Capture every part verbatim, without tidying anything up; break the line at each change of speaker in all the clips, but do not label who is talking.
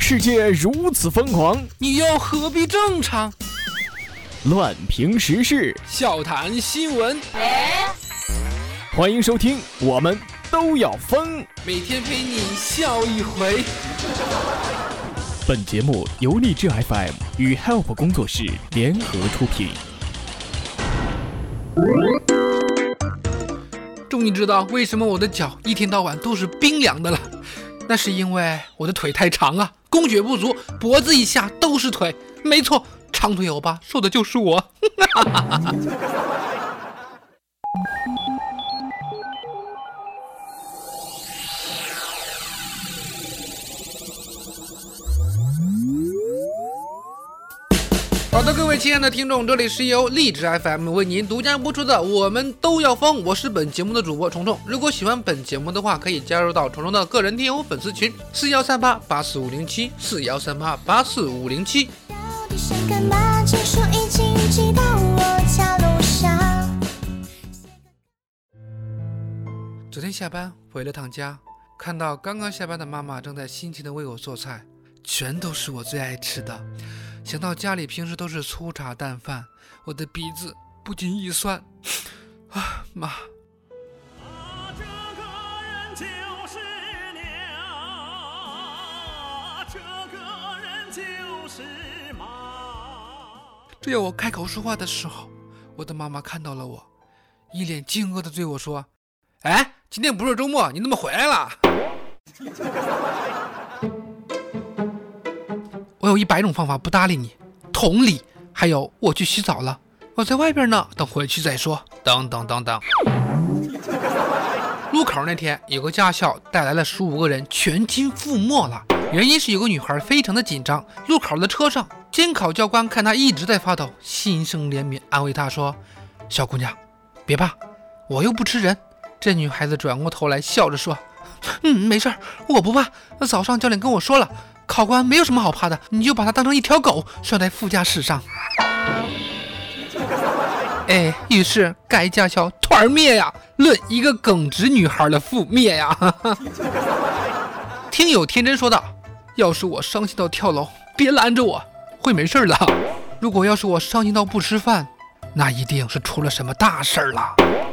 世界如此疯狂，
你又何必正常？
乱评时事，
笑谈新闻，
欢迎收听，我们都要疯，
每天陪你笑一回。
本节目由荔枝 F M 与 Help 工作室联合出品。
终于知道为什么我的脚一天到晚都是冰凉的了，那是因为我的腿太长啊，供血不足，脖子以下都是腿。没错，长腿欧巴说的就是我。好的，各位亲爱的听众，这里是由荔枝 F M 为您独家播出的《我们都要疯》，我是本节目的主播虫虫。如果喜欢本节目的话，可以加入到虫虫的个人听友粉丝群四一三八八四五零七四一三八八四五零七。昨天下班回了趟家，看到刚刚下班的妈妈正在辛勤的为我做菜，全都是我最爱吃的。想到家里平时都是粗茶淡饭，我的鼻子不禁一酸。啊，妈！
这个人就是了，这个人就是妈。
只有我开口说话的时候，我的妈妈看到了我，一脸惊愕地对我说：“哎，今天不是周末，你怎么回来了？”我有一百种方法不搭理你，同理，还有我去洗澡了，我在外边呢，等回去再说。等等等等。路口那天有个驾校带来了十五个人，全军覆没了。原因是有个女孩非常的紧张，路口的车上，监考教官看她一直在发抖，心生怜悯，安慰她说：“小姑娘，别怕，我又不吃人。”这女孩子转过头来笑着说：“嗯，没事，我不怕。早上教练跟我说了。”考官没有什么好怕的，你就把它当成一条狗拴在副驾驶上。哎，于是该驾校团灭呀，论一个耿直女孩的覆灭呀。听友天真说道：“要是我伤心到跳楼，别拦着我，会没事的。如果要是我伤心到不吃饭，那一定是出了什么大事了。”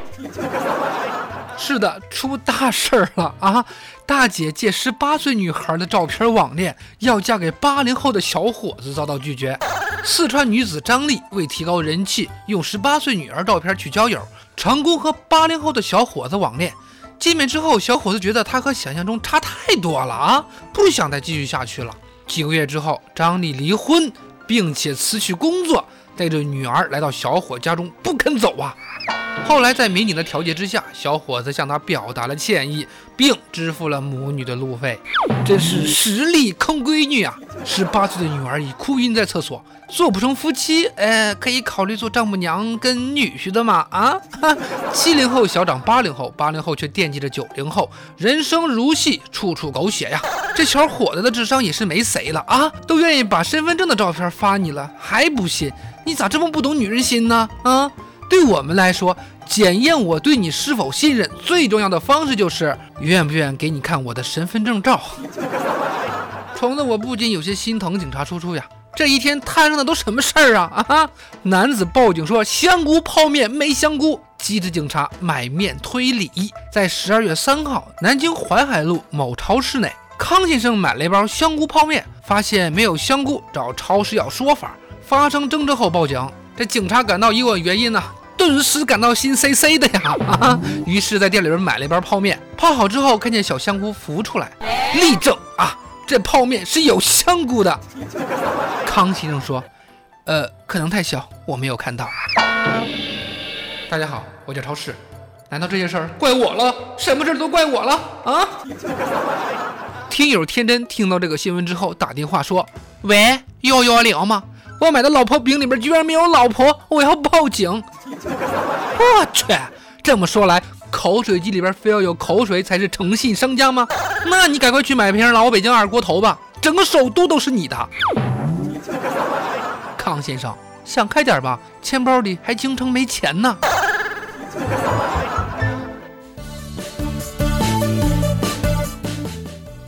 是的，出大事了啊！大姐借十八岁女孩的照片网恋，要嫁给八零后的小伙子，遭到拒绝。四川女子张丽为提高人气，用十八岁女儿照片去交友，成功和八零后的小伙子网恋。见面之后，小伙子觉得他和想象中差太多了啊，不想再继续下去了。几个月之后，张丽离婚，并且辞去工作，带着女儿来到小伙家中，不肯走啊。后来在民警的调解之下，小伙子向他表达了歉意，并支付了母女的路费。真是实力坑闺女啊！十八岁的女儿已哭晕在厕所，做不成夫妻，呃，可以考虑做丈母娘跟女婿的嘛？啊，七零后小长八零后，八零后却惦记着九零后，人生如戏，处处狗血呀！这小伙子的智商也是没谁了啊，都愿意把身份证的照片发你了，还不信？你咋这么不懂女人心呢？啊！对我们来说，检验我对你是否信任最重要的方式就是愿不愿给你看我的身份证照。虫子我不仅有些心疼警察叔叔呀，这一天摊上的都什么事儿啊啊！男子报警说香菇泡面没香菇，机智警察买面推理。在十二月三号，南京淮海路某超市内，康先生买了一包香菇泡面，发现没有香菇，找超市要说法，发生争执后报警。这警察感到疑问原因呢、啊，顿时感到心塞塞的呀啊！于是，在店里边买了一包泡面，泡好之后，看见小香菇浮出来，立正啊，这泡面是有香菇的。康先生说：“呃，可能太小，我没有看到。”大家好，我叫超市，难道这些事儿怪我了？什么事儿都怪我了啊？听友天真听到这个新闻之后，打电话说：“喂，幺幺零吗？我买的老婆饼里面居然没有老婆，我要报警！”我去，这么说来，口水鸡里边非要有口水才是诚信商家吗？那你赶快去买瓶老北京二锅头吧，整个首都都是你的。康先生，想开点吧，钱包里还京城没钱呢。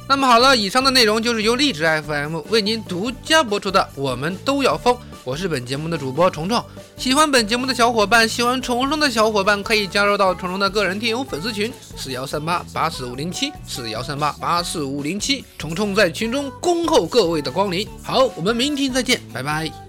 那么好了，以上的内容就是由荔枝 F M 为您独家播出的《我们都要疯》，我是本节目的主播虫虫。喜欢本节目的小伙伴，喜欢虫虫的小伙伴可以加入到虫虫的个人听友粉丝群四一三八八四五零七四一三八八四五零七，虫虫在群中恭候各位的光临。好，我们明天再见，拜拜。